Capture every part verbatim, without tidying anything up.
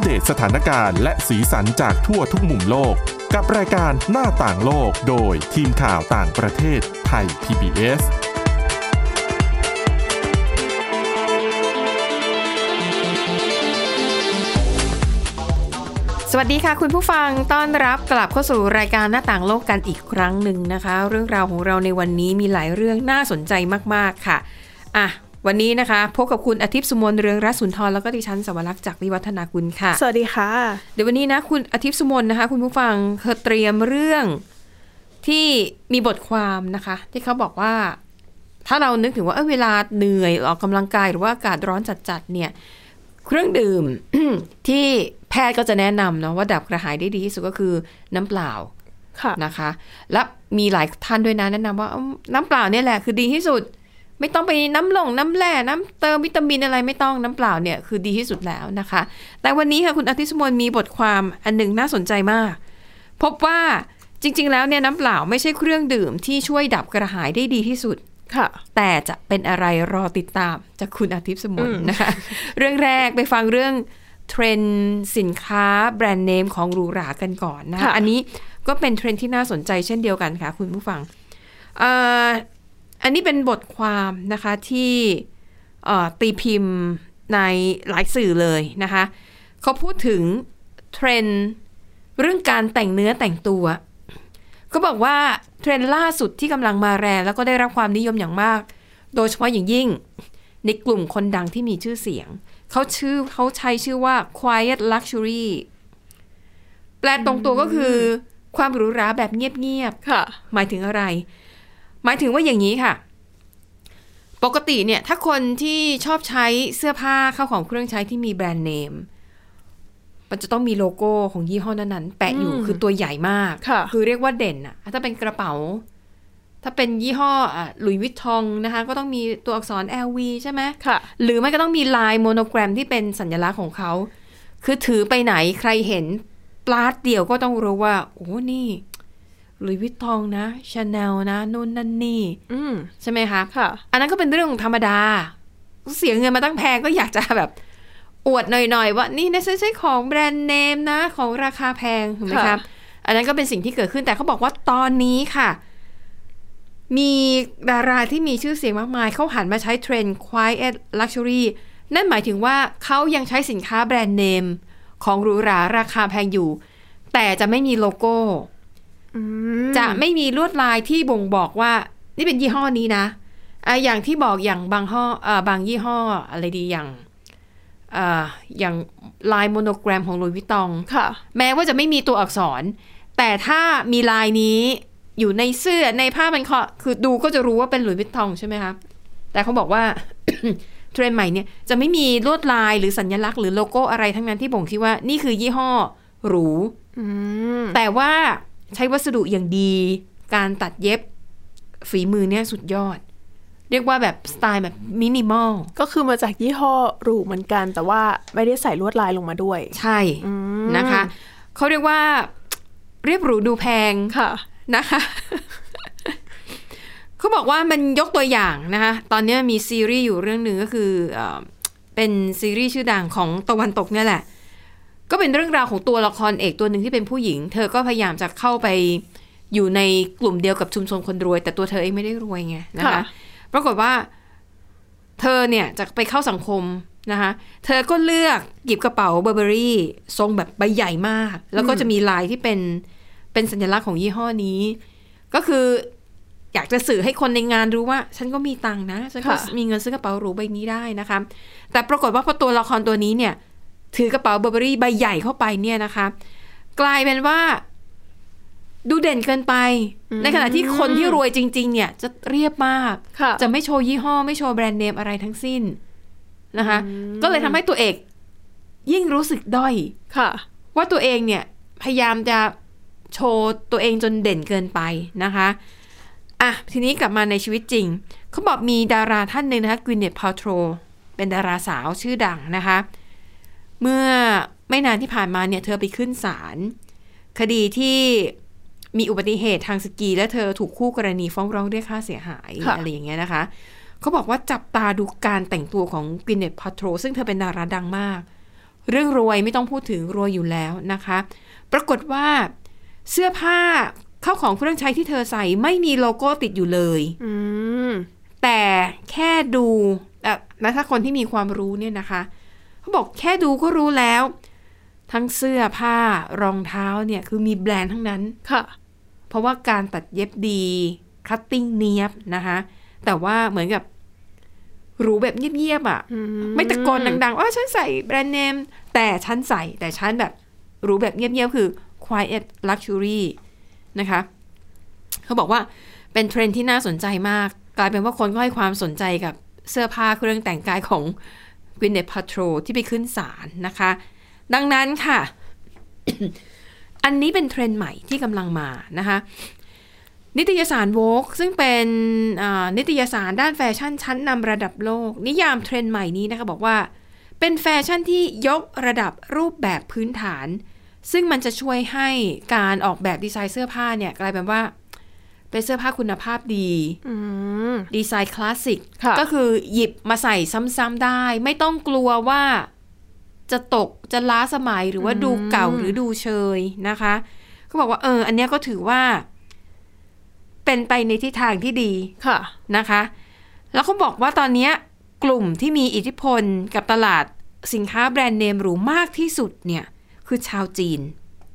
เดตสถานการณ์และสีสันจากทั่วทุกมุมโลกกับรายการหน้าต่างโลกโดยทีมข่าวต่างประเทศไทย พี บี เอสสวัสดีค่ะคุณผู้ฟังต้อนรับกลับเข้าสู่รายการหน้าต่างโลกกันอีกครั้งหนึ่งนะคะเรื่องราวของเราในวันนี้มีหลายเรื่องน่าสนใจมากๆค่ะอ่ะวันนี้นะคะพบกับคุณอาทิตย์สุมนเรืองรัศสุนทรแล้วก็ดิฉันสวรักษ์จากวิวัฒนากุลค่ะสวัสดีค่ะเดี๋ยววันนี้นะคุณอาทิตย์สุมนนะคะคุณผู้ฟังเธอเตรียมเรื่องที่มีบทความนะคะที่เขาบอกว่าถ้าเรานึกถึงว่าเออเวลาเหนื่อยออกกำลังกายหรือว่าอากาศร้อนจัดๆเนี่ยเครื่องดื่ม ที่แพทย์ก็จะแนะนำเนาะว่าดับกระหายได้ดีที่สุดก็คือน้ำเปล่านะคะและมีหลายท่านด้วยนะแนะนำว่าน้ำเปล่าเนี่ยแหละคือดีที่สุดไม่ต้องไปน้ำลงน้ำแร่น้ำเติมวิตามินอะไรไม่ต้องน้ำเปล่าเนี่ยคือดีที่สุดแล้วนะคะแต่วันนี้ค่ะคุณอาทิตย์สมนมีบทความอันหนึ่งน่าสนใจมากพบว่าจริงๆแล้วเนี่ยน้ำเปล่าไม่ใช่เครื่องดื่มที่ช่วยดับกระหายได้ดีที่สุดค่ะแต่จะเป็นอะไรรอติดตามจากคุณอาทิตย์สมนนะคะเรื่องแรกไปฟังเรื่องเทรนด์สินค้าแบรนด์เนมของหรูหรากันก่อนนะคะอันนี้ก็เป็นเทรนด์ที่น่าสนใจเช่นเดียวกันค่ะคุณผู้ฟังเอ่ออันนี้เป็นบทความนะคะที่ตีพิมพ์ในหลายสื่อเลยนะคะเขาพูดถึงเทรนด์เรื่องการแต่งเนื้อแต่งตัวเขาบอกว่าเทรนด์ล่าสุดที่กำลังมาแรงแล้วก็ได้รับความนิยมอย่างมากโดยเฉพาะอย่างยิ่งในกลุ่มคนดังที่มีชื่อเสียงเขาชื่อเขาใช้ชื่อว่า quiet luxury แปลตรงตัวก็คือความหรูหราแบบเงียบๆค่ะหมายถึงอะไรหมายถึงว่าอย่างนี้ค่ะปกติเนี่ยถ้าคนที่ชอบใช้เสื้อผ้าเข้าของเครื่องใช้ที่มีแบรนด์เนมมันจะต้องมีโลโก้ของยี่ห้อนั้นๆแปะอยู่คือตัวใหญ่มากคือเรียกว่าเด่นอะถ้าเป็นกระเป๋าถ้าเป็นยี่ห้อหลุยส์วิตตองนะคะก็ต้องมีตัวอักษร แอล วี ใช่ไหมค่ะหรือไม่ก็ต้องมีลายโมโนแกรมที่เป็นสัญลักษณ์ของเขาคือถือไปไหนใครเห็นปลาดเดียวก็ต้องรู้ว่าโอ้นี่หลุยส์วิตตองนะชาแนลนะนู่นนั่นนี่ใช่ไหมคะค่ะอันนั้นก็เป็นเรื่องธรรมดาเสียเงินมาตั้งแพงก็อยากจะแบบอวดหน่อยๆว่านี่นะใช้ของแบรนด์เนมนะของราคาแพงถูกไหมครับอันนั้นก็เป็นสิ่งที่เกิดขึ้นแต่เขาบอกว่าตอนนี้ค่ะมีดาราที่มีชื่อเสียงมากมายเขาหันมาใช้เทรนด์ quiet luxury นั่นหมายถึงว่าเขายังใช้สินค้าแบรนด์เนมของหรูหราราคาแพงอยู่แต่จะไม่มีโลโก้จะไม่มีลวดลายที่บ่งบอกว่านี่เป็นยี่ห้อนี้นะอ่ะอย่างที่บอกอย่างบางห้ออ่าบางยี่ห้ออะไรดีอย่างอ่าอย่างลายโมโนแกรมของหลุยส์วิตตองค่ะแม้ว่าจะไม่มีตัวอักษรแต่ถ้ามีลายนี้อยู่ในเสื้อในผ้ามันคือดูก็จะรู้ว่าเป็นหลุยส์วิตตองใช่ไหมคะแต่เขาบอกว่า เทรนด์ใหม่เนี่ยจะไม่มีลวดลายหรือสัญลักษณ์หรือโลโก้อะไรทั้งนั้นที่บ่งชี้ว่านี่คือยี่ห้อหรูแต่ว่าใช้วัสดุอย่างดีการตัดเย็บฝีมือเนี่ยสุดยอดเรียกว่าแบบสไตล์แบบมินิมอลก็คือมาจากยี่ห้อหรูเหมือนกันแต่ว่าไม่ได้ใส่ลวดลายลงมาด้วยใช่นะคะเขาเรียกว่าเรียบหรูดูแพงค่ะนะคะเขาบอกว่ามันยกตัวอย่างนะคะตอนนี้มีซีรีส์อยู่เรื่องนึงก็คือเอ่อเป็นซีรีส์ชื่อดังของตะวันตกเนี่ยแหละก็เป็นเรื่องราวของตัวละครเอกตัวหนึ่งที่เป็นผู้หญิงเธอก็พยายามจะเข้าไปอยู่ในกลุ่มเดียวกับชุมชนคนรวยแต่ตัวเธอเองไม่ได้รวยไงนะคะปรากฏว่าเธอเนี่ยจะไปเข้าสังคมนะคะเธอก็เลือกหยิบกระเป๋าเบอร์เบอรี่ทรงแบบใบใหญ่มากแล้วก็จะมีลายที่เป็นเป็นสัญลักษณ์ของยี่ห้อนี้ก็คืออยากจะสื่อให้คนในงานรู้ว่าฉันก็มีตังค์นะฉันก็มีเงินซื้อกระเป๋าหรูใบนี้ได้นะคะแต่ปรากฏว่าพอตัวละครตัวนี้เนี่ยถือกระเป๋าเบอร์เบอรี่ใบใหญ่เข้าไปเนี่ยนะคะกลายเป็นว่าดูเด่นเกินไปในขณะที่คนที่รวยจริงๆเนี่ยจะเรียบมากจะไม่โชว์ยี่ห้อไม่โชว์แบรนด์เนมอะไรทั้งสิ้นนะคะก็เลยทำให้ตัวเอกยิ่งรู้สึกด้อยว่าตัวเองเนี่ยพยายามจะโชว์ตัวเองจนเด่นเกินไปนะคะอ่ะทีนี้กลับมาในชีวิตจริงเขาบอกมีดาราท่านหนึ่งนะคะกวินเนธ พาลโทรเป็นดาราสาวชื่อดังนะคะเมื่อไม่นานที่ผ่านมาเนี่ยเธอไปขึ้นศาลคดีที่มีอุบัติเหตุทางสกีและเธอถูกคู่กรณีฟ้องร้องเรียกค่าเสียหายอะไรอย่างเงี้ยนะคะเขาบอกว่าจับตาดูการแต่งตัวของกวินเนธ พาลโทรซึ่งเธอเป็นดาราดังมากเรื่องรวยไม่ต้องพูดถึงรวยอยู่แล้วนะคะปรากฏว่าเสื้อผ้าเข้าของเครื่องใช้ที่เธอใส่ไม่มีโลโก้ติดอยู่เลยอืมแต่แค่ดูแล้วถ้าคนที่มีความรู้เนี่ยนะคะเขาบอกแค่ดูก็รู้แล้วทั้งเสื้อผ้ารองเท้าเนี่ยคือมีแบรนด์ทั้งนั้นค่ะเพราะว่าการตัดเย็บดีคัตติ้งเนียบนะคะแต่ว่าเหมือนกับหรูแบบเงียบๆอ่ะไม่ตะโกนดังๆว่าฉันใส่แบรนด์เนมแต่ฉันใส่แต่ฉันแบบหรูแบบเงียบๆคือ quiet luxury นะคะเขาบอกว่าเป็นเทรนด์ที่น่าสนใจมากกลายเป็นว่าคนก็ให้ความสนใจกับเสื้อผ้าเครื่องแต่งกายของ Gwyneth Paltrow ที่ไปขึ้นศาลนะคะดังนั้นค่ะ อันนี้เป็นเทรนด์ใหม่ที่กำลังมานะคะนิตยสาร Vogue ซึ่งเป็นนิตยสารด้านแฟชั่นชั้นนำระดับโลกนิยามเทรนด์ใหม่นี้นะคะบอกว่าเป็นแฟชั่นที่ยกระดับรูปแบบพื้นฐานซึ่งมันจะช่วยให้การออกแบบดีไซน์เสื้อผ้าเนี่ยกลายเป็นว่าเป็นเสื้อผ้าคุณภาพดีดีไซน์คลาสสิกก็คือหยิบมาใส่ซ้ำๆได้ไม่ต้องกลัวว่าจะตกจะล้าสมัยหรือว่าดูเก่าหรือดูเชยนะคะเขาบอกว่าเอออันนี้ก็ถือว่าเป็นไปในทิศทางที่ดีค่ะนะคะแล้วเขาบอกว่าตอนนี้กลุ่มที่มีอิทธิพลกับตลาดสินค้าแบรนด์เนมหรูมากที่สุดเนี่ยคือชาวจีน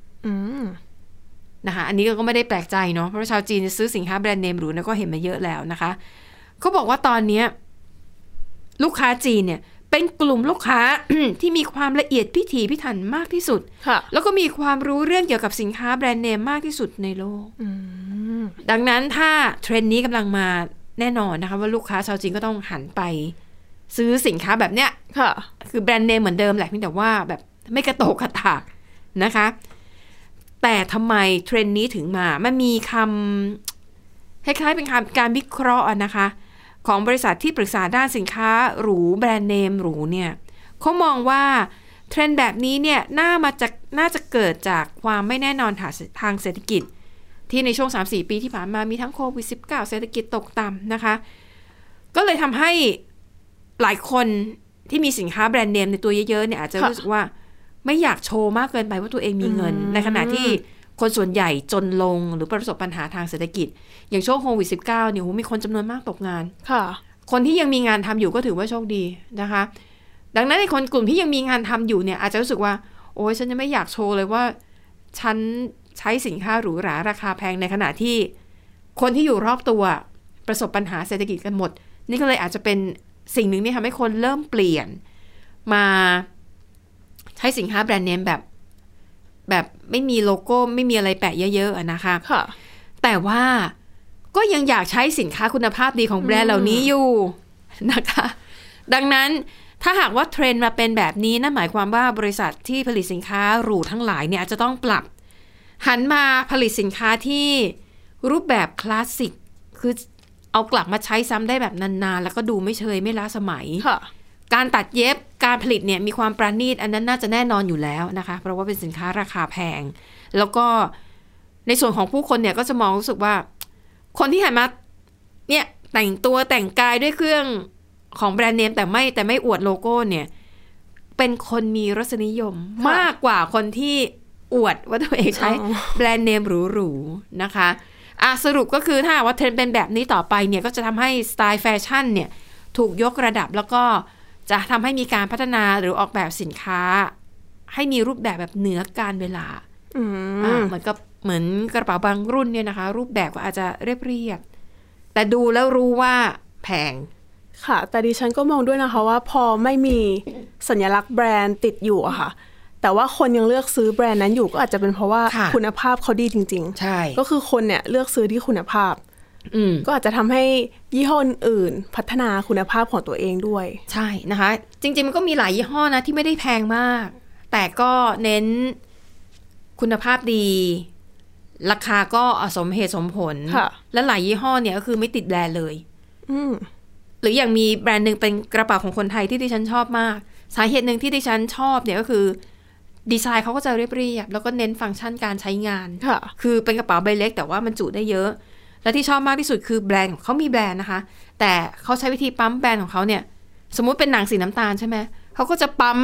นะคะอันนี้ก็ไม่ได้แปลกใจเนาะเพราะชาวจีนจะซื้อสินค้าแบรนด์เนมหรูนะก็เห็นมาเยอะแล้วนะคะเขาบอกว่าตอนนี้ลูกค้าจีนเนี่ยเป็นกลุ่มลูกค้า ที่มีความละเอียดพิถีพิถันมากที่สุดแล้วก็มีความรู้เรื่องเกี่ยวกับสินค้าแบรนด์เนมมากที่สุดในโลกดังนั้นถ้าเทรนด์นี้กำลังมาแน่นอนนะคะว่าลูกค้าชาวจีนก็ต้องหันไปซื้อสินค้าแบบเนี้ยคือแบรนด์เนมเหมือนเดิมแหละเพียงแต่ว่าแบบไม่กระโตกกระตากนะคะแต่ทำไมเทรนด์นี้ถึงมามันมีคำคล้ายๆเป็นคำการวิเคราะห์นะคะของบริษัทที่ปรึกษาด้านสินค้าหรูแบรนด์เนมหรูเนี่ยเขามองว่าเทรนด์แบบนี้เนี่ยน่ามาจากน่าจะเกิดจากความไม่แน่นอนทางเศรษฐกิจที่ในช่วง สามสี่ ปีที่ผ่านมามีทั้งโควิด สิบเก้า เศรษฐกิจตกต่ำนะคะก็เลยทำให้หลายคนที่มีสินค้าแบรนด์เนมในตัวเยอะๆเนี่ยอาจจะรู้สึกว่าไม่อยากโชว์มากเกินไปว่าตัวเองมีเงินในขณะที่คนส่วนใหญ่จนลงหรือประสบปัญหาทางเศรษฐกิจอย่างช่วงโควิด สิบเก้า เนี่ยโหมีคนจำนวนมากตกงานค่ะคนที่ยังมีงานทำอยู่ก็ถือว่าโชคดีนะคะดังนั้นในคนกลุ่มที่ยังมีงานทำอยู่เนี่ยอาจจะรู้สึกว่าโอ๊ยฉันจะไม่อยากโชว์เลยว่าฉันใช้สินค้าหรูหราราคาแพงในขณะที่คนที่อยู่รอบตัวประสบปัญหาเศรษฐกิจกันหมดนี่ก็เลยอาจจะเป็นสิ่งหนึ่งที่ทำให้คนเริ่มเปลี่ยนมาใช้สินค้าแบรนด์เนมแบบแบบไม่มีโลโก้ไม่มีอะไรแปะเยอะๆนะคะค่ะแต่ว่าก็ยังอยากใช้สินค้าคุณภาพดีของแบรนด์เหล่านี้อยู่นะคะดังนั้นถ้าหากว่าเทรนด์มาเป็นแบบนี้นั่นหมายความว่าบริษัทที่ผลิตสินค้าหรูทั้งหลายเนี่ยอาจจะต้องปรับหันมาผลิตสินค้าที่รูปแบบคลาสสิกคือเอากลับมาใช้ซ้ำได้แบบนานๆแล้วก็ดูไม่เชยไม่ล้าสมัยการตัดเย็บการผลิตเนี่ยมีความประณีตอันนั้นน่าจะแน่นอนอยู่แล้วนะคะเพราะว่าเป็นสินค้าราคาแพงแล้วก็ในส่วนของผู้คนเนี่ยก็จะมองรู้สึกว่าคนที่หันมาเนี่ยแต่งตัวแต่งกายด้วยเครื่องของแบรนด์เนมแต่ไม่แต่ไม่อวดโลโก้เนี่ยเป็นคนมีรสนิยมมากกว่าคนที่อวดว่าตัวเองใช้แบรนด์เนมหรูๆนะคะอ่ะสรุปก็คือถ้าว่าเทรนด์เป็นแบบนี้ต่อไปเนี่ยก็จะทำให้สไตล์แฟชั่นเนี่ยถูกยกระดับแล้วก็จะทำให้มีการพัฒนาหรือออกแบบสินค้าให้มีรูปแบบแบบเหนือการเวลาเหมือนกับเหมือนกระเป๋าบางรุ่นเนี่ยนะคะรูปแบบก็อาจจะเรียบๆแต่ดูแล้วรู้ว่าแพงค่ะแต่ดิฉันก็มองด้วยนะคะว่าพอไม่มีสัญลักษณ์แบรนด์ติดอยู่อะค่ะแต่ว่าคนยังเลือกซื้อแบรนด์นั้นอยู่ก็อาจจะเป็นเพราะว่าคุณภาพเขาดีจริงๆใช่ก็คือคนเนี่ยเลือกซื้อที่คุณภาพก็อาจจะทำให้ยี่ห้ออื่นพัฒนาคุณภาพของตัวเองด้วยใช่นะคะจริงๆมันก็มีหลายยี่ห้อนะที่ไม่ได้แพงมากแต่ก็เน้นคุณภาพดีราคาก็สมเหตุสมผลและหลายยี่ห้อเนี่ยก็คือไม่ติดแบรนด์เลยหรืออย่างมีแบรนด์หนึ่งเป็นกระเป๋าของคนไทยที่ดิฉันชอบมากสาเหตุหนึ่งที่ดิฉันชอบเนี่ยก็คือดีไซน์เขาก็จะเรียบๆแล้วก็เน้นฟังก์ชันการใช้งานคือเป็นกระเป๋าใบเล็กแต่ว่ามันจุได้เยอะและที่ชอบมากที่สุดคือแบรนด์เขามีแบรนด์นะคะแต่เขาใช้วิธีปั๊มแบรนด์ของเขาเนี่ยสมมุติเป็นหนังสีน้ำตาลใช่ไหมเขาก็จะปั๊ม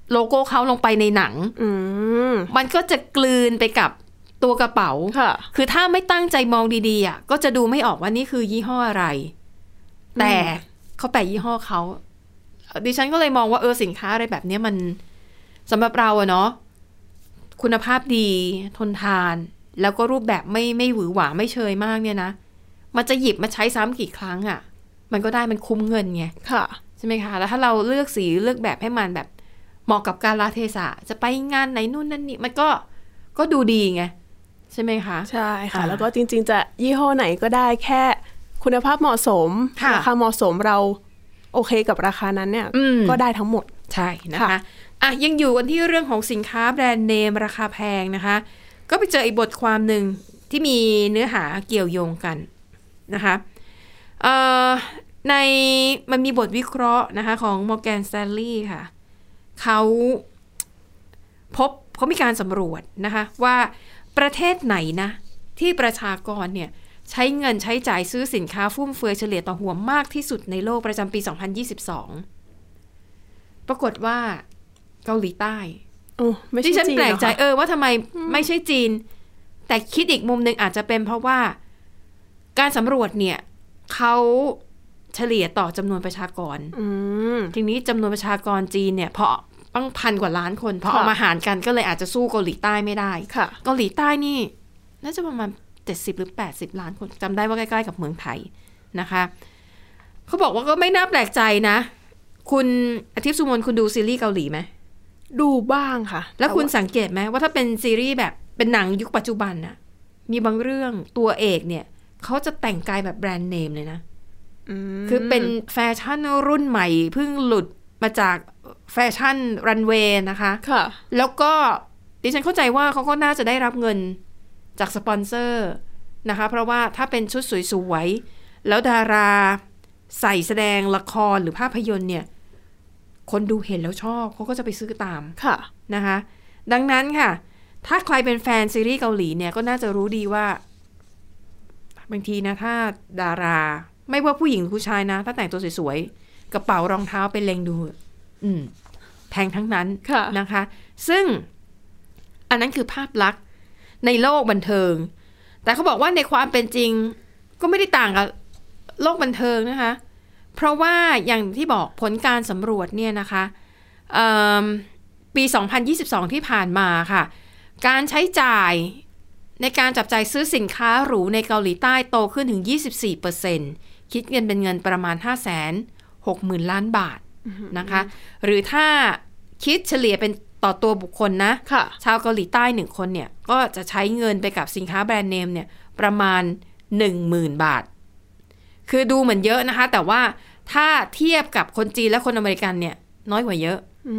โลโก้เขาลงไปในหนังมันก็จะกลืนไปกับตัวกระเป๋าคือถ้าไม่ตั้งใจมองดีๆอ่ะก็จะดูไม่ออกว่านี่คือยี่ห้ออะไรแต่เขาแปะยี่ห้อเขาดิฉันก็เลยมองว่าเออสินค้าอะไรแบบนี้มันสำหรับเราอะเนาะคุณภาพดีทนทานแล้วก็รูปแบบไม่ไม่หวือหวาไม่เชยมากเนี่ยนะมันจะหยิบมาใช้ซ้ำกี่ครั้งอะมันก็ได้มันคุ้มเงินไงค่ะใช่ไหมคะแล้วถ้าเราเลือกสีเลือกแบบให้มันแบบเหมาะกับกาลเทศะจะไปงานไหนนู่นนั่นนี่มันก็ก็ดูดีไงใช่ไหมคะใช่ค่ะแล้วก็จริงๆจะยี่ห้อไหนก็ได้แค่คุณภาพเหมาะสมราคาเหมาะสมเราโอเคกับราคานั้นเนี่ยก็ได้ทั้งหมดใช่นะคะอ่ะยังอยู่กันที่เรื่องของสินค้าแบรนด์เนมราคาแพงนะคะก็ไปเจออีกบทความหนึ่งที่มีเนื้อหาเกี่ยวโยงกันนะคะเอ่อในมันมีบทวิเคราะห์นะคะของ Morgan Stanley ค่ะเขาพบเขามีการสำรวจนะคะว่าประเทศไหนนะที่ประชากรเนี่ยใช้เงินใช้จ่ายซื้อสินค้าฟุ่มเฟือยเฉลี่ยต่อหัวมากที่สุดในโลกประจำปีสองพันยี่สิบสองปรากฏว่าเกาหลีใต้ที่ฉันแปลกใจเออว่าทำไมไม่ใช่จีนแต่คิดอีกมุมนึงอาจจะเป็นเพราะว่าการสำรวจเนี่ยเขาเฉลี่ยต่อจำนวนประชากรทีนี้จำนวนประชากรจีนเนี่ยพอตั้งพันกว่าล้านคนพอเอามาหารกันก็เลยอาจจะสู้เกาหลีใต้ไม่ได้เกาหลีใต้นี่น่าจะประมาณเจ็ดสิบหรือแปดสิบล้านคนจำได้ว่าใกล้ๆกับเมืองไทยนะคะเขาบอกว่าก็ไม่น่าแปลกใจนะคุณอาทิตย์สุมนคุณดูซีรีส์เกาหลีไหมดูบ้างค่ะแล้วคุณสังเกตไหมว่าถ้าเป็นซีรีส์แบบเป็นหนังยุคปัจจุบันน่ะมีบางเรื่องตัวเอกเนี่ยเขาจะแต่งกายแบบแบรนด์เนมเลยนะคือเป็นแฟชั่นรุ่นใหม่เพิ่งหลุดมาจากแฟชั่นรันเวย์นะคะค่ะแล้วก็ดิฉันเข้าใจว่าเขาก็น่าจะได้รับเงินจากสปอนเซอร์นะคะเพราะว่าถ้าเป็นชุดสวยๆแล้วดาราใส่แสดงละครหรือภาพยนตร์เนี่ยคนดูเห็นแล้วชอบเขาก็จะไปซื้อตามค่ะนะคะดังนั้นค่ะถ้าใครเป็นแฟนซีรีส์เกาหลีเนี่ยก็น่าจะรู้ดีว่าบางทีนะถ้าดาราไม่ว่าผู้หญิงหรือผู้ชายนะถ้าแต่งตัวสวยๆกระเป๋ารองเท้าไปเล็งดูอืมแพงทั้งนั้นนะคะซึ่งอันนั้นคือภาพลักษณ์ในโลกบันเทิงแต่เขาบอกว่าในความเป็นจริงก็ไม่ได้ต่างกับโลกบันเทิงนะคะเพราะว่าอย่างที่บอกผลการสำรวจเนี่ยนะคะปีสองพันยี่สิบสองที่ผ่านมาค่ะการใช้จ่ายในการจับจ่ายซื้อสินค้าหรูในเกาหลีใต้โตขึ้นถึง ยี่สิบสี่เปอร์เซ็นต์ คิดเงินเป็นเงินประมาณ ห้าแสนหกหมื่น ล้านบาทนะคะหรือถ้าคิดเฉลี่ยเป็นต่อตัวบุคคลนะชาวเกาหลีใต้หนึ่งคนเนี่ยก็จะใช้เงินไปกับสินค้าแบรนด์เนมเนี่ยประมาณ หนึ่งหมื่น บาทคือดูเหมือนเยอะนะคะแต่ว่าถ้าเทียบกับคนจีนและคนอเมริกันเนี่ยน้อยกว่าเยอะ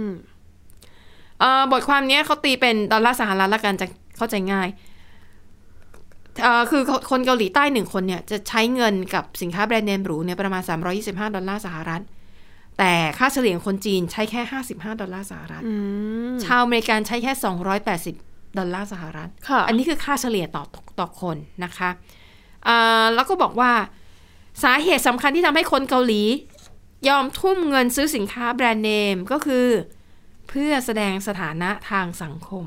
บทความนี้เขาตีเป็นดอลลาร์สหรัฐละกันจะเข้าใจง่ายคือคนเกาหลีใต้หนึ่งคนเนี่ยจะใช้เงินกับสินค้าแบรนด์เนมหรูเนี่ยประมาณสามร้อยยี่สิบห้าดอลลาร์สหรัฐแต่ค่าเฉลี่ยคนจีนใช้แค่ห้าสิบห้าดอลลาร์สหรัฐชาวอเมริกันใช้แค่สองร้อยแปดสิบดอลลาร์สหรัฐอันนี้คือค่าเฉลี่ยต่อต่อคนนะคะแล้วก็บอกว่าสาเหตุสำคัญที่ทำให้คนเกาหลียอมทุ่มเงินซื้อสินค้าแบรนด์เนมก็คือเพื่อแสดงสถานะทางสังคม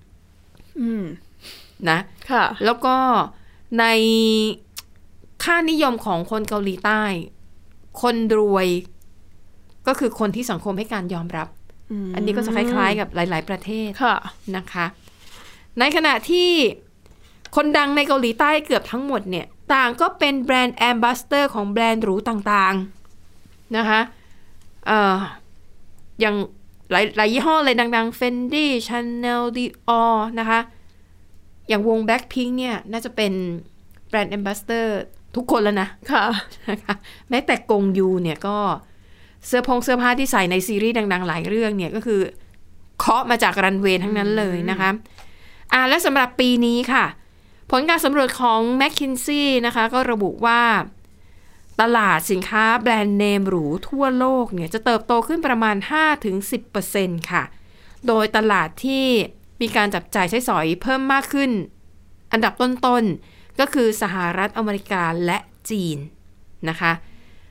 นะค่ะแล้วก็ในค่านิยมของคนเกาหลีใต้คนรวยก็คือคนที่สังคมให้การยอมรับ อ, อันนี้ก็จะคล้ายๆกับหลายๆประเทศนะคะในขณะที่คนดังในเกาหลีใต้เกือบทั้งหมดเนี่ยต่างก็เป็นแบรนด์แอมบาสเดอร์ของแบรนด์หรูต่างๆนะคะเอ่ออย่างหลายหลายยี่ห้อเลยดังๆ Fendi Chanel Dior นะคะอย่างวง Blackpink เนี่ยน่าจะเป็นแบรนด์แอมบาสเดอร์ทุกคนแล้วนะค่ะนะคะแม้แต่กงยูเนี่ยก็เสื้อผงเสื้อผ้าที่ใส่ในซีรีส์ดังๆหลายเรื่องเนี่ยก็คือเคาะมาจากรันเวย์ทั้งนั้นเลยนะคะอ่าและสำหรับปีนี้ค่ะผลการสำรวจของ McKinsey นะคะก็ระบุว่าตลาดสินค้าแบรนด์เนมหรูทั่วโลกเนี่ยจะเติบโตขึ้นประมาณ ห้าถึงสิบเปอร์เซ็นต์ ค่ะโดยตลาดที่มีการจับจ่ายใช้สอยเพิ่มมากขึ้นอันดับต้นๆก็คือสหรัฐอเมริกาและจีนนะคะ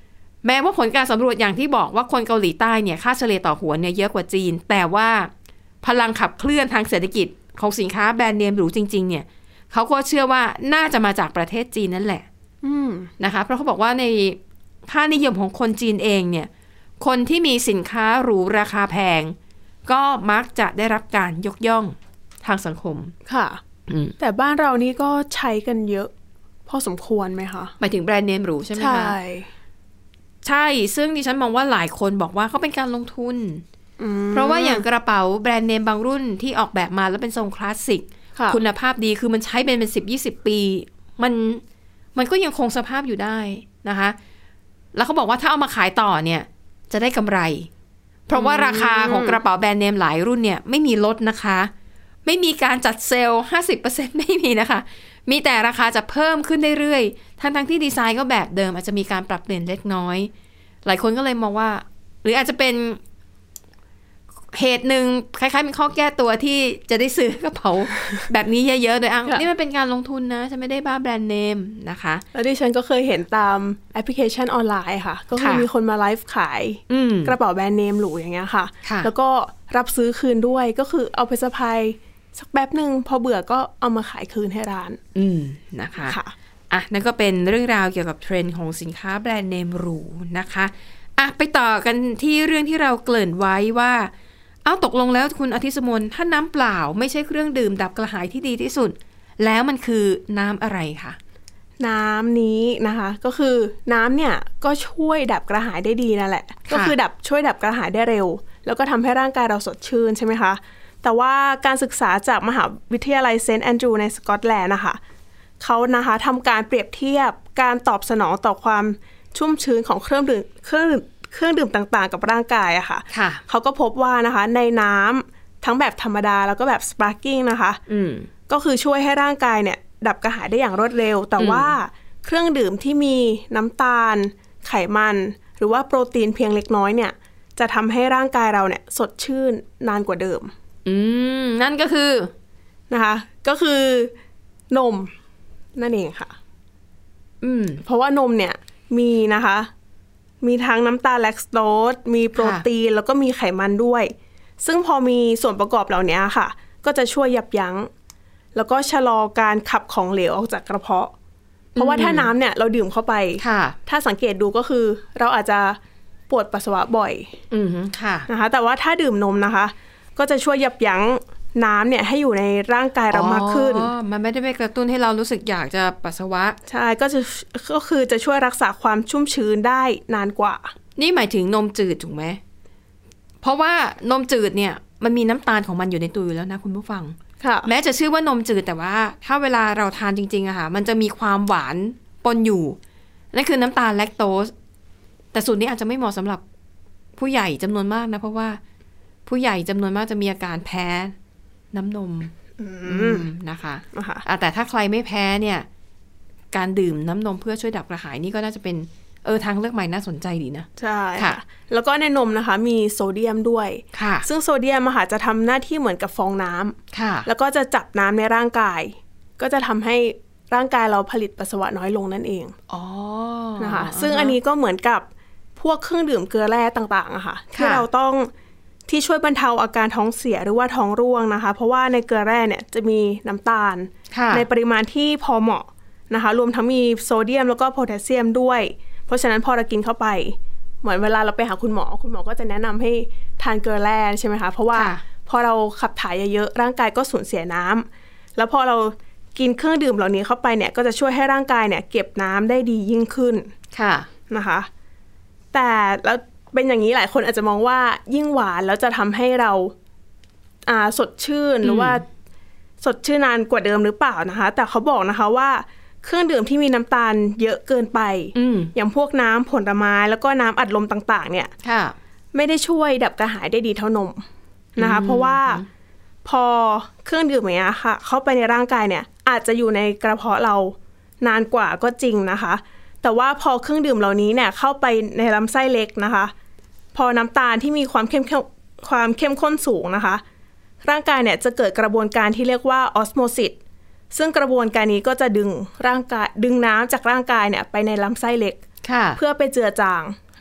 แม้ว่าผลการสำรวจอย่างที่บอกว่าคนเกาหลีใต้เนี่ยค่าเฉลี่ยต่อหัวเนี่ยเยอะกว่าจีนแต่ว่าพลังขับเคลื่อนทางเศรษฐกิจของสินค้าแบรนด์เนมหรูจริงๆเนี่ยเขาก็เชื่อว่าน่าจะมาจากประเทศจีนนั่นแหละนะคะเพราะเขาบอกว่าในค่านิยมของคนจีนเองเนี่ยคนที่มีสินค้าหรูราคาแพงก็มักจะได้รับการยกย่องทางสังคมค่ะแต่บ้านเรานี่ก็ใช้กันเยอะพอสมควรไหมคะหมายถึงแบรนด์เนมหรูใช่ไหมคะใช่ใช่ซึ่งดิฉันมองว่าหลายคนบอกว่าเขาเป็นการลงทุนเพราะว่าอย่างกระเป๋าแบรนด์เนมบางรุ่นที่ออกแบบมาแล้วเป็นทรงคลาสสิกคุณภาพดีคือมันใช้เป็นเป็นสิบยี่สิบปีมันมันก็ยังคงสภาพอยู่ได้นะคะแล้วเขาบอกว่าถ้าเอามาขายต่อเนี่ยจะได้กำไรเพราะว่าราคาของกระเป๋าแบรนด์เนมหลายรุ่นเนี่ยไม่มีลดนะคะไม่มีการจัดเซลล์ ห้าสิบเปอร์เซ็นต์ ไม่มีนะคะมีแต่ราคาจะเพิ่มขึ้นเรื่อยๆทั้งๆที่ดีไซน์ก็แบบเดิมอาจจะมีการปรับเปลี่ยนเล็กน้อยหลายคนก็เลยมองว่าหรืออาจจะเป็นเหตุหนึ่งคล้ายๆเป็นข้อแก้ตัวที่จะได้ซื้อกระเป๋าแบบนี้เยอะๆโดยอ้างนี่มันเป็นการลงทุนนะฉันไม่ได้บ้าแบรนด์เนมนะคะแล้วดิฉันก็เคยเห็นตามแอปพลิเคชันออนไลน์ค่ะก็คือมีคนมาไลฟ์ขายกระเป๋าแบรนด์เนมหรูอย่างเงี้ยค่ะแล้วก็รับซื้อคืนด้วยก็คือเอาไปสะพายสักแป๊บหนึ่งพอเบื่อก็เอามาขายคืนให้ร้านอืมนะคะค่ะอ่ะนั่นก็เป็นเรื่องราวเกี่ยวกับเทรนด์ของสินค้าแบรนด์เนมหรูนะคะอ่ะไปต่อกันที่เรื่องที่เราเกริ่นไว้ว่าเอาตกลงแล้วคุณอาทิตย์สมนถ้าน้ำเปล่าไม่ใช่เครื่องดื่มดับกระหายที่ดีที่สุดแล้วมันคือน้ำอะไรคะน้ำนี้นะคะก็คือน้ำเนี่ยก็ช่วยดับกระหายได้ดีนั่นแหละก็คือดับช่วยดับกระหายได้เร็วแล้วก็ทำให้ร่างกายเราสดชื่นใช่ไหมคะแต่ว่าการศึกษาจากมหาวิทยาลัยเซนต์แอนดรูว์ในสกอตแลนด์นะคะเขานะคะทำการเปรียบเทียบการตอบสนองต่อความชุ่มชื้นของเครื่องดื่มเครื่องดื่มเครื่องดื่มต่างๆกับร่างกายอะค่ะเขาก็พบว่านะคะในน้ำทั้งแบบธรรมดาแล้วก็แบบสปาร์กิ้งนะคะก็คือช่วยให้ร่างกายเนี่ยดับกระหายได้อย่างรวดเร็วแต่ว่าเครื่องดื่มที่มีน้ำตาลไขมันหรือว่าโปรตีนเพียงเล็กน้อยเนี่ยจะทำให้ร่างกายเราเนี่ยสดชื่นนานกว่าเดิมอืมนั่นก็คือนะคะก็คือนมนั่นเองค่ะอืมเพราะว่านมเนี่ยมีนะคะมีทั้งน้ำตาลแลคโตสมีโปรตีนแล้วก็มีไขมันด้วยซึ่งพอมีส่วนประกอบเหล่านี้ค่ะก็จะช่วยยับยั้งแล้วก็ชะลอการขับของเหลวออกจากกระเพาะเพราะว่าถ้าน้ำเนี่ยเราดื่มเข้าไปถ้าสังเกตดูก็คือเราอาจจะปวดปัสสาวะบ่อยนะคะแต่ว่าถ้าดื่มนมนะคะก็จะช่วยยับยั้งน้ำเนี่ยให้อยู่ในร่างกายเรามากขึ้นอ๋อมันไม่ได้ไปกระตุ้นให้เรารู้สึกอยากจะปัสสาวะใช่ก็จะก็คือจะช่วยรักษาความชุ่มชื้นได้นานกว่านี่หมายถึงนมจืดถูกไหมเพราะว่านมจืดเนี่ยมันมีน้ำตาลของมันอยู่ในตัวอยู่แล้วนะคุณผู้ฟังแม้จะชื่อว่านมจืดแต่ว่าถ้าเวลาเราทานจริงๆอะค่ะมันจะมีความหวานปนอยู่นั่นคือน้ำตาลแลคโตสแต่สูตรนี้อาจจะไม่เหมาะสำหรับผู้ใหญ่จำนวนมากนะเพราะว่าผู้ใหญ่จำนวนมากจะมีอาการแพ้น้ำนมนะคะแต่ถ้าใครไม่แพ้เนี่ยการดื่มน้ำนมเพื่อช่วยดับกระหายนี่ก็น่าจะเป็นเออทางเลือกใหม่น่าสนใจดีนะใช่ค่ะแล้วก็ในนมนะคะมีโซเดียมด้วยค่ะซึ่งโซเดียมอะค่ะจะทำหน้าที่เหมือนกับฟองน้ำค่ะแล้วก็จะจับน้ำในร่างกายก็จะทำให้ร่างกายเราผลิตปัสสาวะน้อยลงนั่นเองอ๋อนะคะซึ่งอันนี้ก็เหมือนกับพวกเครื่องดื่มเกลือแร่ต่างๆอะค่ะที่เราต้องที่ช่วยบรรเทาอาการท้องเสียหรือว่าท้องร่วงนะคะเพราะว่าในเกลือแร่เนี่ยจะมีน้ำตาลในปริมาณที่พอเหมาะนะคะรวมทั้งมีโซเดียมแล้วก็โพแทสเซียมด้วยเพราะฉะนั้นพอเรากินเข้าไปเหมือนเวลาเราไปหาคุณหมอคุณหมอก็จะแนะนำให้ทานเกลือแร่ใช่ไหมคะเพราะว่าพอเราขับถ่ายเยอะๆร่างกายก็สูญเสียน้ำแล้วพอเรากินเครื่องดื่มเหล่านี้เข้าไปเนี่ยก็จะช่วยให้ร่างกายเนี่ยเก็บน้ำได้ดียิ่งขึ้นค่ะนะคะแต่แล้วเป็นอย่างนี้หลายคนอาจจะมองว่ายิ่งหวานแล้วจะทำให้เราอ่าสดชื่นหรือว่าสดชื่นนานกว่าเดิมหรือเปล่านะคะแต่เขาบอกนะคะว่าเครื่องดื่มที่มีน้ำตาลเยอะเกินไป อ, อย่างพวกน้ำผลไม้แล้วก็น้ำอัดลมต่างๆเนี่ยไม่ได้ช่วยดับกระหายได้ดีเท่านมนะคะเพราะว่าพอเครื่องดื่มอย่างเงี้ยค่ะเข้าไปในร่างกายเนี่ยอาจจะอยู่ในกระเพาะเรานานกว่าก็จริงนะคะแต่ว่าพอเครื่องดื่มเหล่านี้เนี่ยเข้าไปในลำไส้เล็กนะคะพอน้ำตาลที่มีความเข้มความเข้มข้นสูงนะคะร่างกายเนี่ยจะเกิดกระบวนการที่เรียกว่าออสโมซิสซึ่งกระบวนการนี้ก็จะดึงร่างกายดึงน้ำจากร่างกายเนี่ยไปในลำไส้เล็กเพื่อไปเจือจาง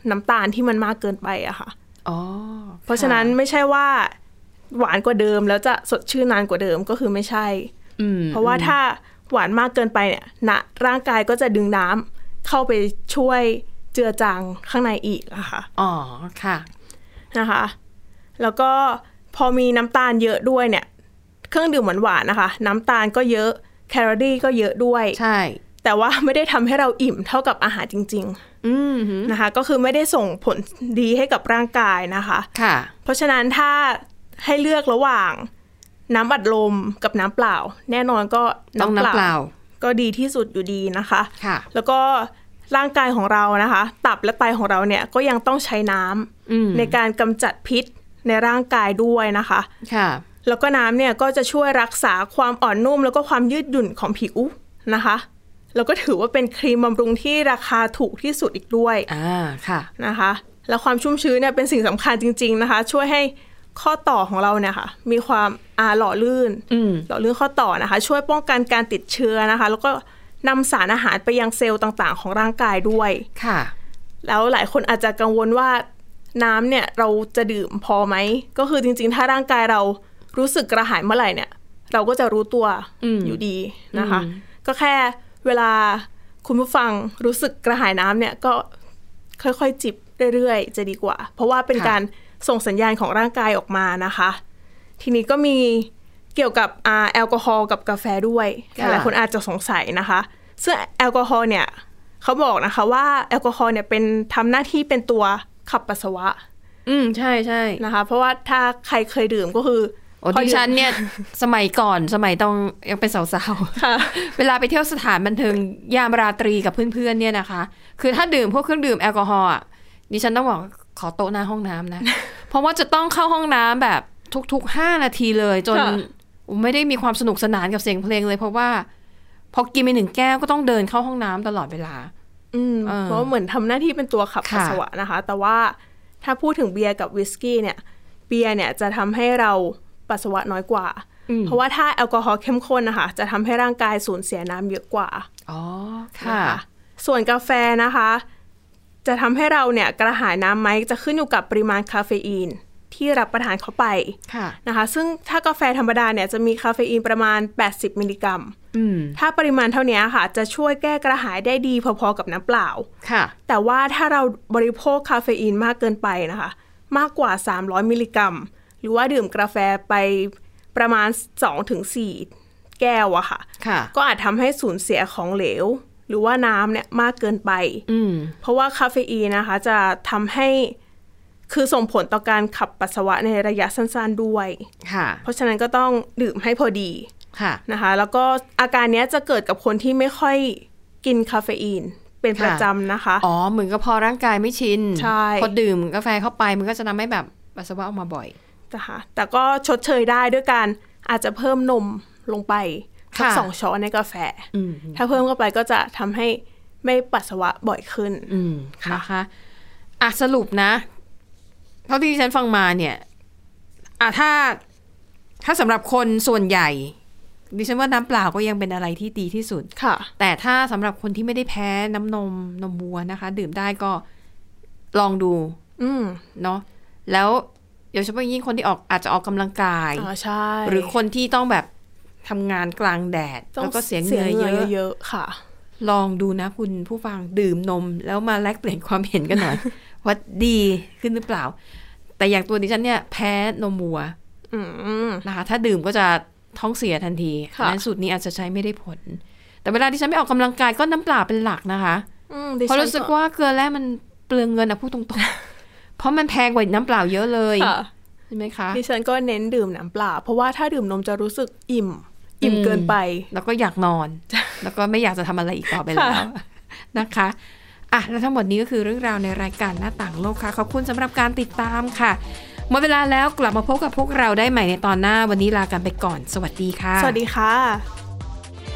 น้ำตาลที่มันมากเกินไปอะค่ะอ๋อเพราะฉะนั้นไม่ใช่ว่าหวานกว่าเดิมแล้วจะสดชื่นนานกว่าเดิมก็คือไม่ใช่เพราะว่าถ้าหวานมากเกินไปเนี่ยนะร่างกายก็จะดึงน้ำเข้าไปช่วยเจือจางข้างในอีกอะค่ะอ๋อค่ะนะคะแล้วก็พอมีน้ำตาลเยอะด้วยเนี่ยเครื่องดื่มหวานๆนะคะน้ำตาลก็เยอะแคลอรี่ก็เยอะด้วยใช่แต่ว่าไม่ได้ทำให้เราอิ่มเท่ากับอาหารจริงๆนะคะก็คือไม่ได้ส่งผลดีให้กับร่างกายนะคะค่ะเพราะฉะนั้นถ้าให้เลือกระหว่างน้ำอัดลมกับน้ำเปล่าแน่นอนก็น้ำเปล่าก็ดีที่สุดอยู่ดีนะคะค่ะแล้วก็ร่างกายของเรานะคะตับและไตของเราเนี่ยก็ยังต้องใช้น้ำในการกำจัดพิษในร่างกายด้วยนะคะค่ะแล้วก็น้ำเนี่ยก็จะช่วยรักษาความอ่อนนุ่มแล้วก็ความยืดหยุ่นของผิวนะคะแล้วก็ถือว่าเป็นครีมบำรุงที่ราคาถูกที่สุดอีกด้วยอ่าค่ะนะคะแล้วความชุ่มชื้นเนี่ยเป็นสิ่งสำคัญจริงๆนะคะช่วยให้ข้อต่อของเราเนี่ยค่ะมีความอ่าหล่อลื่นหล่อลื่นข้อต่อนะคะช่วยป้องกันการติดเชื้อนะคะแล้วก็นำสารอาหารไปยังเซลล์ต่างๆของร่างกายด้วยค่ะแล้วหลายคนอาจจะกังวลว่าน้ำเนี่ยเราจะดื่มพอไหมก็คือจริงๆถ้าร่างกายเรารู้สึกกระหายเมื่อไหร่เนี่ยเราก็จะรู้ตัว อ, อยู่ดีนะคะก็แค่เวลาคุณผู้ฟังรู้สึกกระหายน้ำเนี่ยก็ค่อยๆจิบเรื่อยๆจะดีกว่าเพราะว่าเป็นการส่งสัญญาณของร่างกายออกมานะคะทีนี้ก็มีเกี่ยวกับแอลกอฮอล์กับกาแฟด้วยหลายคนอาจจะสงสัยนะคะซึ่งแอลกอฮอล์เนี่ยเขาบอกนะคะว่าแอลกอฮอล์เนี่ยเป็นทำหน้าที่เป็นตัวขับปัสสาวะอืมใช่ใช่นะคะเพราะว่าถ้าใครเคยดื่มก็คือดิฉันเนี่ยสมัยก่อนสมัยต้องยังเป็นสาวๆเวลาไปเที่ยวสถานบันเทิงยามราตรีกับเพื่อนๆเนี่ยนะคะคือถ้าดื่มพวกเครื่องดื่มแอลกอฮอล์อ่ะดิฉันต้องบอกขอโต๊ะหน้าห้องน้ำนะ เพราะว่าจะต้องเข้าห้องน้ำแบบทุกๆห้านาทีเลยจนไม่ได้มีความสนุกสนานกับเสียงเพลงเลยเพราะว่าพอกินไปหนึ่งแก้วก็ต้องเดินเข้าห้องน้ำตลอดเวลาอืมเพราะเหมือนทำหน้าที่เป็นตัวขับปัสสาวะนะคะแต่ว่าถ้าพูดถึงเบียร์กับวิสกี้เนี่ยเบียร์เนี่ยจะทำให้เราปัสสาวะน้อยกว่าเพราะว่าถ้าแอลกอฮอล์เข้มข้นนะคะจะทำให้ร่างกายสูญเสียน้ำเยอะกว่าอ๋อค่ะส่วนกาแฟนะคะจะทำให้เราเนี่ยกระหายน้ำไหมจะขึ้นอยู่กับปริมาณคาเฟอีนที่รับประทานเข้าไปนะคะซึ่งถ้ากาแฟธรรมดาเนี่ยจะมีคาเฟอีนประมาณแปดสิบมิลลิกรัมถ้าปริมาณเท่านี้ค่ะจะช่วยแก้กระหายได้ดีพอๆกับน้ำเปล่าแต่ว่าถ้าเราบริโภคคาเฟอีนมากเกินไปนะคะมากกว่าสามร้อยมิลลิกรัมหรือว่าดื่มกาแฟไปประมาณ สองถึงสี่ แก้วอะค่ะก็อาจทำให้สูญเสียของเหลวหรือว่าน้ำเนี่ยมากเกินไปเพราะว่าคาเฟอีนนะคะจะทำให้คือส่งผลต่อการขับปัสสาวะในระยะสั้นๆด้วยเพราะฉะนั้นก็ต้องดื่มให้พอดีนะคะแล้วก็อาการนี้จะเกิดกับคนที่ไม่ค่อยกินคาเฟอีนเป็นประจำนะคะอ๋อเหมือนกับพอร่างกายไม่ชินพอดื่มกาแฟเข้าไปมันก็จะทำให้แบบปัสสาวะออกมาบ่อยนะคะแต่ก็ชดเชยได้ด้วยการอาจจะเพิ่มนมลงไปสักสองช้อนในกาแฟถ้าเพิ่มเข้าไปก็จะทำให้ไม่ปัสสาวะบ่อยขึ้นนะคะอ่ะสรุปนะเท่าที่ฉันฟังมาเนี่ยอ่ะถ้าถ้าสำหรับคนส่วนใหญ่ดิฉันว่าน้ำเปล่าก็ยังเป็นอะไรที่ดีที่สุดค่ะแต่ถ้าสำหรับคนที่ไม่ได้แพ้น้ำนมนมวัวนะคะดื่มได้ก็ลองดูเนาะแล้วโดยเฉพาะยิ่งคนที่ออกอาจจะออกกำลังกายหรือคนที่ต้องแบบทำงานกลางแดดแล้วก็เสียเหงื่อเยอะๆค่ะลองดูนะคุณผู้ฟังดื่มนมแล้วมาแลกเปลี่ยนความเห็นกันหน่อย ว่าดีขึ้นหรือเปล่าแต่อย่างตัวดิฉันเนี่ยแพ้นมวัวนะคะถ้าดื่มก็จะท้องเสียทันทีนั้นสูตรนี้อาจจะใช้ไม่ได้ผลแต่เวลาที่ฉันไม่ออกกำลังกายก็น้ำเปล่าเป็นหลักนะคะเพราะรู้สึกว่าเกลือแร่มันเปลืองเงินนะพูดตรงๆเพราะมันแพงกว่าน้ำเปล่าเยอะเลยใช่ไหมคะดิฉันก็เน้นดื่มน้ำเปล่าเพราะว่าถ้าดื่มนมจะรู้สึกอิ่มอิ่มเกินไปแล้วก็อยากนอนแล้วก็ไม่อยากจะทำอะไรอีกต่อไปแล้วนะคะอ่ะแล้วทั้งหมดนี้ก็คือเรื่องราวในรายการหน้าต่างโลกค่ะขอบคุณสำหรับการติดตามค่ะหมดเวลาแล้วกลับมาพบกับพวกเราได้ใหม่ในตอนหน้าวันนี้ลากันไปก่อนสวัสดีค่ะสวัสดีค่ะ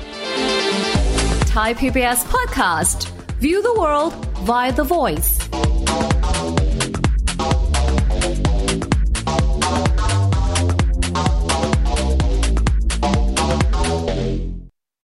Thai พี บี เอส Podcast View the world via the voice